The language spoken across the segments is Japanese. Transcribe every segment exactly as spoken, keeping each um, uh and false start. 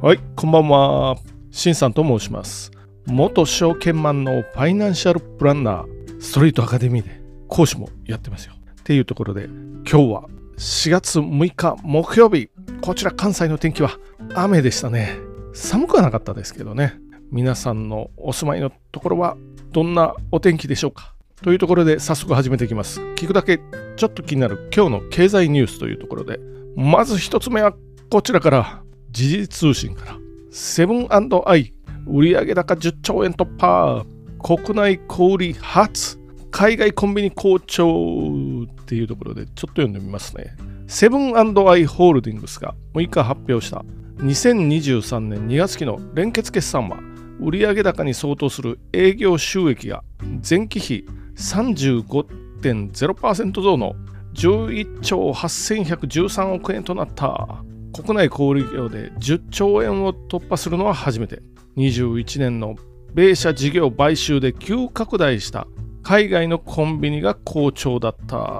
はい、こんばんは。しんさんと申します。元証券マンのファイナンシャルプランナー、ストリートアカデミーで講師もやってますよ。っていうところで、今日はしがつむいか木曜日、こちら関西の天気は雨でしたね。寒くはなかったですけどね。皆さんのお住まいのところはどんなお天気でしょうか。というところで早速始めていきます。聞くだけちょっと気になる今日の経済ニュースというところで、まず一つ目はこちらから、時事通信から、セブン&アイ売上高じゅっちょうえん突破、国内小売初、海外コンビニ好調っていうところでちょっと読んでみますね。セブン&アイホールディングスがむいか発表したにせんにじゅうさんねんにがつ期の連結決算は、売上高に相当する営業収益が前期比 さんじゅうごてんゼロパーセント 増のじゅういっちょうはっせんひゃくじゅうさんおくえんとなった。国内小売業でじゅっちょうえんを突破するのは初めて。にじゅういちねんの米社事業買収で急拡大した海外のコンビニが好調だった。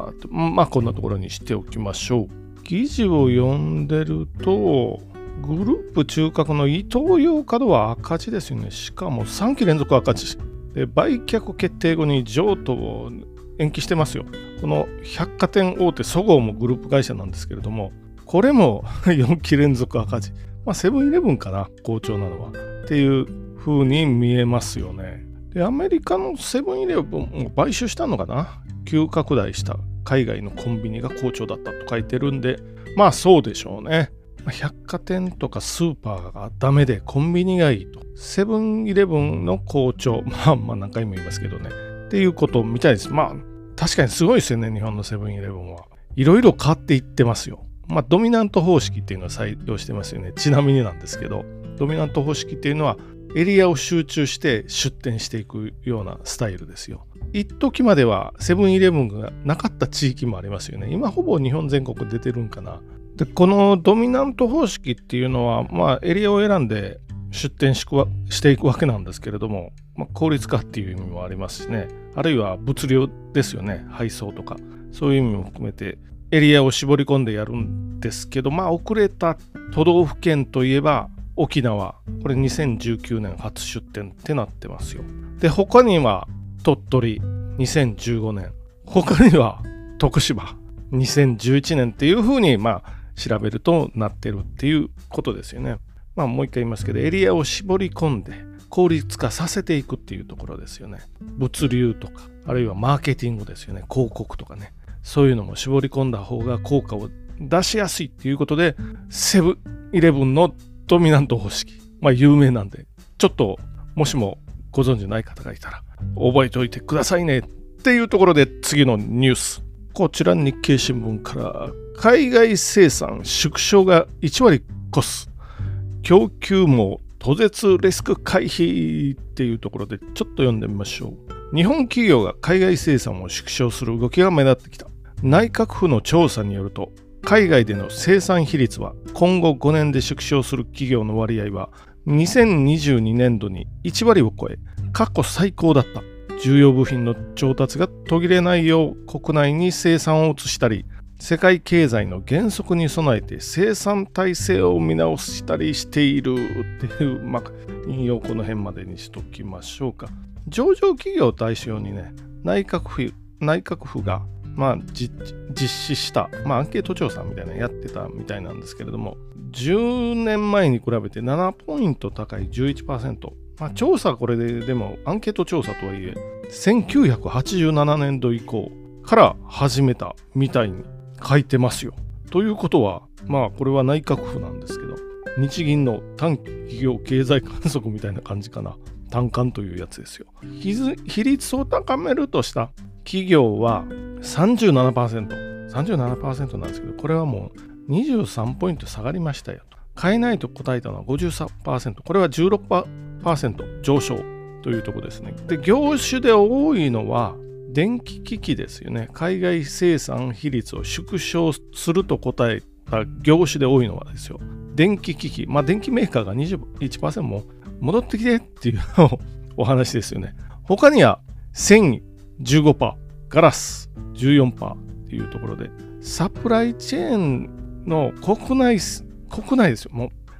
まあこんなところにしておきましょう。記事を読んでると、グループ中核のイトーヨーカドーは赤字ですよね。しかもさんき連続赤字で、売却決定後に譲渡を延期してますよ。この百貨店大手そごうもグループ会社なんですけれども、これもよんき連続赤字。まあセブンイレブンかな、好調なのはっていう風に見えますよね。で、アメリカのセブンイレブンも買収したのかな。急拡大した海外のコンビニが好調だったと書いてるんで、まあそうでしょうね。百貨店とかスーパーがダメでコンビニがいいと。セブンイレブンの好調。まあまあ何回も言いますけどね。っていうことみたいです。まあ確かにすごいですよね、日本のセブンイレブンは。いろいろ変わっていってますよ。まあドミナント方式っていうのを採用してますよね。ちなみになんですけど、ドミナント方式っていうのはエリアを集中して出店していくようなスタイルですよ。一時まではセブンイレブンがなかった地域もありますよね。今ほぼ日本全国出てるんかな。で、このドミナント方式っていうのは、まあエリアを選んで出店しくわしていくわけなんですけれども、まあ、効率化っていう意味もありますしね。あるいは物流ですよね。配送とか。そういう意味も含めてエリアを絞り込んでやるんですけど、まあ遅れた都道府県といえば沖縄。これにせんじゅうきゅうねん初出店ってなってますよ。で、他には鳥取にせんじゅうごねん。他には徳島にせんじゅういちねんっていう風にまあ調べるとなってるっていうことですよね。まあもう一回言いますけど、エリアを絞り込んで効率化させていくっていうところですよね。物流とか、あるいはマーケティングですよね。広告とかね。そういうのも絞り込んだ方が効果を出しやすいっていうことで、セブンイレブンのドミナント方式、まあ有名なんで、ちょっともしもご存知ない方がいたら覚えておいてくださいねっていうところで、次のニュース。こちら日経新聞から、海外生産縮小がいちわり越す、供給網途絶リスク回避っていうところでちょっと読んでみましょう。日本企業が海外生産を縮小する動きが目立ってきた。内閣府の調査によると、海外での生産比率は今後ごねんで縮小する企業の割合はにせんにじゅうにねんどにいちわりを超え、過去最高だった。重要部品の調達が途切れないよう国内に生産を移したり、世界経済の減速に備えて生産体制を見直したりしているっていう、まあ、引用この辺までにしときましょうか。上場企業を対象にね、内閣府、内閣府がまあ、実施した、まあ、アンケート調査みたいなのやってたみたいなんですけれども、じゅうねんまえに比べてななポイント高い じゅういちパーセント。まあ、調査これででもアンケート調査とはいえせんきゅうひゃくはちじゅうななねんど以降から始めたみたいに書いてますよ。ということは、まあこれは内閣府なんですけど、日銀の短期企業経済観測みたいな感じかな。短観というやつですよ。比率を高めるとした企業は さんじゅうななパーセント。さんじゅうななパーセント なんですけど、これはもうにじゅうさんポイント下がりましたよと。買えないと答えたのは ごじゅうさんパーセント。これはじゅうろくパーセント上昇というところですね。で、業種で多いのは電気機器ですよね。海外生産比率を縮小すると答えた業種で多いのはですよ。電気機器。まあ電気メーカーが にじゅういちパーセント も戻ってきてっていうお話ですよね。他には繊維 じゅうごパーセント、ガラス じゅうよんパーセント っていうところで、サプライチェーンの国内、国内ですよ。もう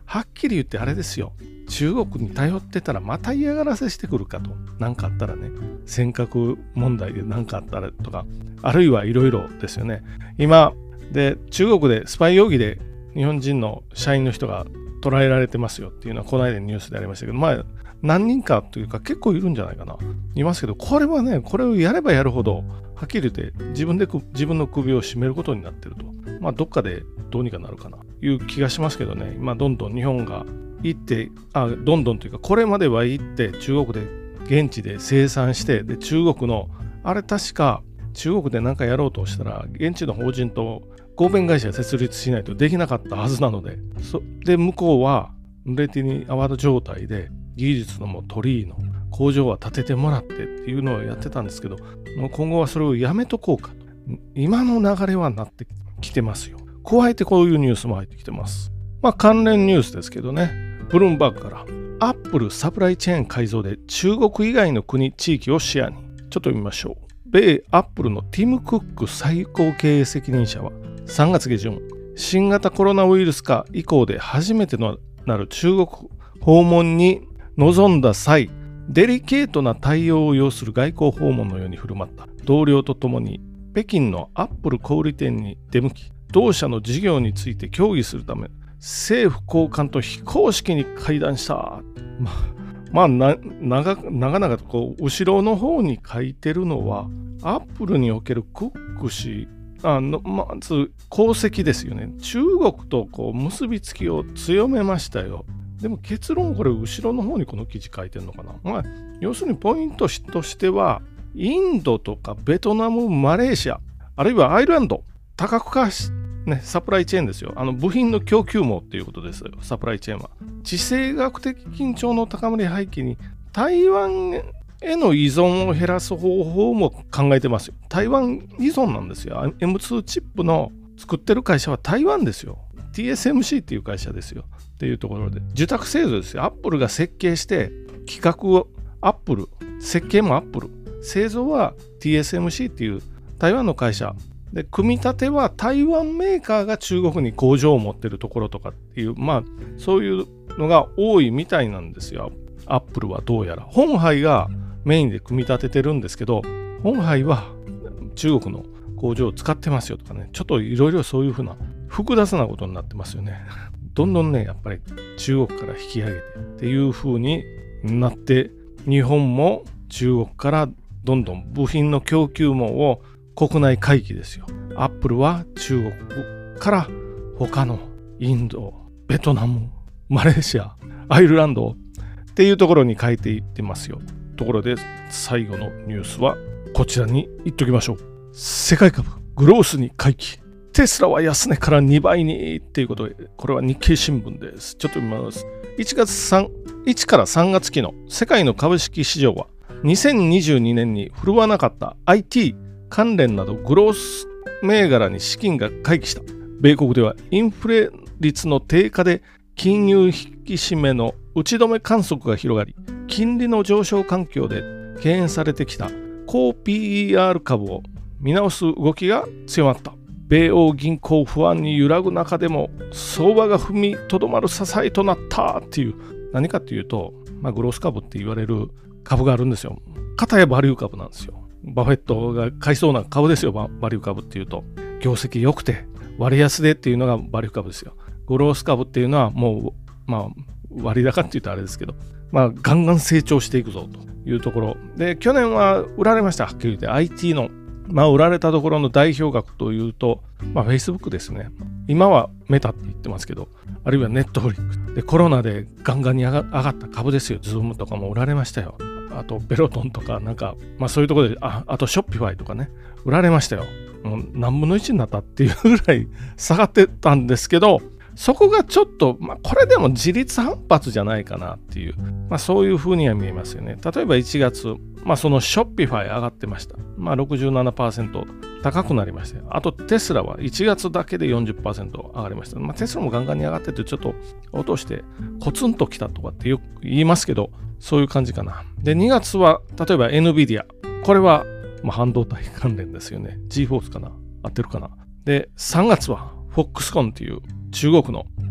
はっきり言ってあれですよ。中国に頼ってたらまた嫌がらせしてくるかと。何かあったらね、尖閣問題で何かあったらとか、あるいはいろいろですよね。今で中国でスパイ容疑で日本人の社員の人が捕らえられてますよっていうのはこの間ニュースでありましたけど、まあ何人かというか結構いるんじゃないかな。いますけど、これはね、これをやればやるほどはっきり言って自分で自分の首を絞めることになってると。まあどっかでどうにかなるかなという気がしますけどね。今どんどん日本が行って、あ、どんどんというかこれまでは行って中国で現地で生産して、で中国のあれ確か中国で何かやろうとしたら現地の法人と合弁会社設立しないとできなかったはずなので、そで向こうは濡れ手に泡の状態で技術のも取りの工場は建ててもらってっていうのをやってたんですけど、もう今後はそれをやめとこうかと今の流れはなってきてますよ。加えてこういうニュースも入ってきてます。まあ関連ニュースですけどね、ブルームバーグからアップルサプライチェーン改造で中国以外の国地域を視野に。ちょっと読みましょう。米アップルのティム・クック最高経営責任者はさんがつ下旬、新型コロナウイルス化以降で初めてのなる中国訪問に臨んだ際、デリケートな対応を要する外交訪問のように振る舞った同僚とともに北京のアップル小売店に出向き、同社の事業について協議するため政府高官と非公式に会談した。まあまあ、な長長々とこう後ろの方に書いてるのはアップルにおけるクック氏あのまず功績ですよね。中国とこう結びつきを強めましたよ。でも結論これ後ろの方にこの記事書いてるのかな。まあ、要するにポイントとしてはインドとかベトナム、マレーシア、あるいはアイルランド、多角化しね、サプライチェーンですよ。あの部品の供給網っていうことですよ。サプライチェーンは。地政学的緊張の高まり背景に台湾への依存を減らす方法も考えてますよ。台湾依存なんですよ。エムツー チップの作ってる会社は台湾ですよ。ティーエスエムシー っていう会社ですよ。っていうところで。受託製造ですよ。アップルが設計して企画をアップル、設計もアップル、製造は ティーエスエムシー っていう台湾の会社。で組み立ては台湾メーカーが中国に工場を持ってるところとかっていう、まあそういうのが多いみたいなんですよ。アップルはどうやら本杯がメインで組み立ててるんですけど、本杯は中国の工場を使ってますよとかね、ちょっといろいろそういうふうな複雑なことになってますよね。どんどんねやっぱり中国から引き上げてっていうふうになって、日本も中国からどんどん部品の供給網を国内回帰ですよ。アップルは中国から他のインド、ベトナム、マレーシア、アイルランドっていうところに変えていってますよ。ところで最後のニュースはこちらに言っときましょう。世界株グロースに回帰。テスラは安値からにばいにっていうことで、これは日経新聞です。ちょっと見ます。いちがつさん、いちからさんがつ期の世界の株式市場はにせんにじゅうにねんに振るわなかった アイティー関連などグロース銘柄に資金が回帰した。米国ではインフレ率の低下で金融引き締めの打ち止め観測が広がり、金利の上昇環境で敬遠されてきた高 ピーイーアール 株を見直す動きが強まった。米欧銀行不安に揺らぐ中でも相場が踏みとどまる支えとなったっていう、何かっていうと、まあ、グロース株って言われる株があるんですよ。片やバリュー株なんですよ。バフェットが買いそうな株ですよ。バリュー株っていうと業績良くて割安でっていうのがバリュー株ですよ。グロース株っていうのはもうまあ割高って言うとあれですけど、まあガンガン成長していくぞというところで、去年は売られました。はっきり言って アイティー のまあ売られたところの代表額というと、まあ Facebook ですね。今はメタって言ってますけど、あるいはネットフリックスでコロナでガンガンに上が、上がった株ですよ。ズームとかも売られましたよ。あとベロトンとかなんか、まあそういうところで、あ、あとショッピファイとかね、売られましたよ。もう何分のいちになったっていうぐらい下がってたんですけど、そこがちょっと、まあこれでも自立反発じゃないかなっていう、まあそういうふうには見えますよね。例えばいちがつ、まあそのショッピファイ上がってました。まあ ろくじゅうななパーセント 高くなりました。あとテスラはいちがつだけで よんじゅっパーセント 上がりました。まあテスラもガンガンに上がっててちょっと落としてコツンときたとかってよく言いますけど、そういう感じかな。で、にがつは例えば エヌビディア。これはまあ半導体関連ですよね。ジーフォース かな合ってるかな。で、さんがつは フォックスコン っていう中国の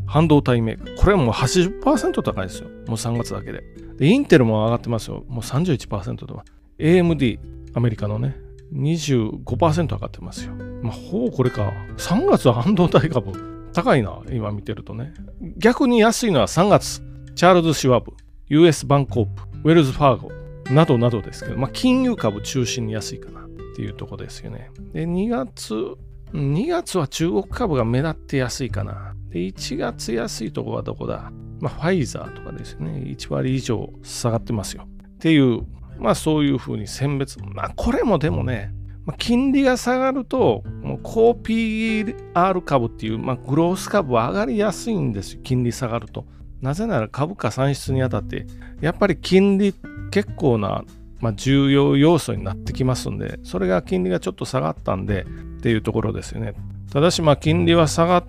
半導体メーカー。これはもう はちじゅっパーセント 高いですよ。もうさんがつだけで。で、インテルも上がってますよ。もう さんじゅういちパーセント とか。エーエムディー、アメリカのね、にじゅうごパーセント 上がってますよ。まあ、ほうこれか。さんがつは半導体株高いな、今見てるとね。逆に安いのはさんがつ、チャールズ・シュワブ、ユーエス バンコープ、ウェルズ・ファーゴなどなどですけど、まあ、金融株中心に安いかなっていうところですよね。で、にがつ、にがつは中国株が目立って安いかな。で、いちがつ安いところはどこだ？まあ、ファイザーとかですね、いちわり以上下がってますよ。っていう、まあそういうふうに選別。まあこれもでもね、まあ、金利が下がると、もう高 ピーアール 株っていう、まあ、グロース株は上がりやすいんですよ。金利下がると。なぜなら株価算出にあたって、やっぱり金利結構な、まあ、重要要素になってきますんで、それが金利がちょっと下がったんでっていうところですよね。ただしまあ金利は下がって、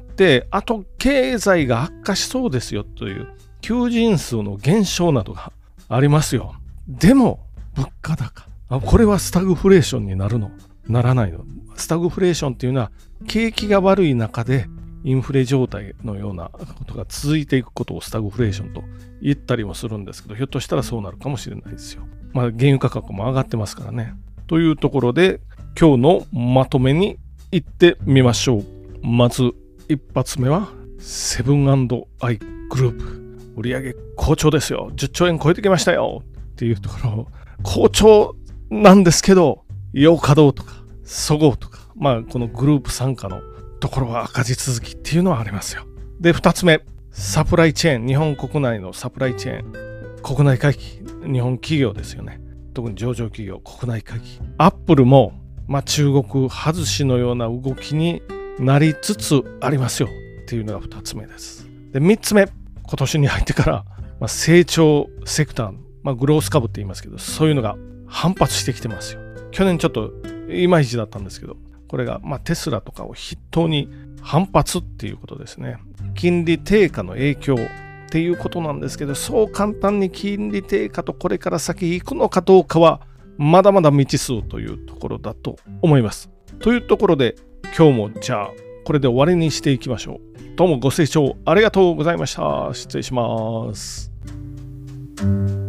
あと経済が悪化しそうですよという求人数の減少などがありますよ。でも物価高。あ、これはスタグフレーションになるの？ならないの？スタグフレーションっていうのは景気が悪い中でインフレ状態のようなことが続いていくことをスタグフレーションと言ったりもするんですけど、ひょっとしたらそうなるかもしれないですよ。まあ原油価格も上がってますからね。というところで今日のまとめに行ってみましょう。まず一発目はセブン&アイグループ。売上好調ですよ。じゅっちょうえん超えてきましたよっていうところ、好調なんですけど、洋華堂とかそごうとか、まあこのグループ傘下のところは赤字続きっていうのはありますよ。で、二つ目、サプライチェーン、日本国内のサプライチェーン、国内回帰、日本企業ですよね。特に上場企業、国内回帰。アップルも、まあ、中国外しのような動きになりつつありますよっていうのが二つ目です。で、三つ目、今年に入ってから、まあ、成長セクター、まあ、グロース株って言いますけど、そういうのが反発してきてますよ。去年ちょっといまいちだったんですけど、これが、まあ、テスラとかを筆頭に反発っていうことですね。金利低下の影響っていうことなんですけど、そう簡単に金利低下とこれから先行くのかどうかは、まだまだ未知数というところだと思います。というところで、今日もじゃあ、これで終わりにしていきましょう。どうもご清聴ありがとうございました。失礼します。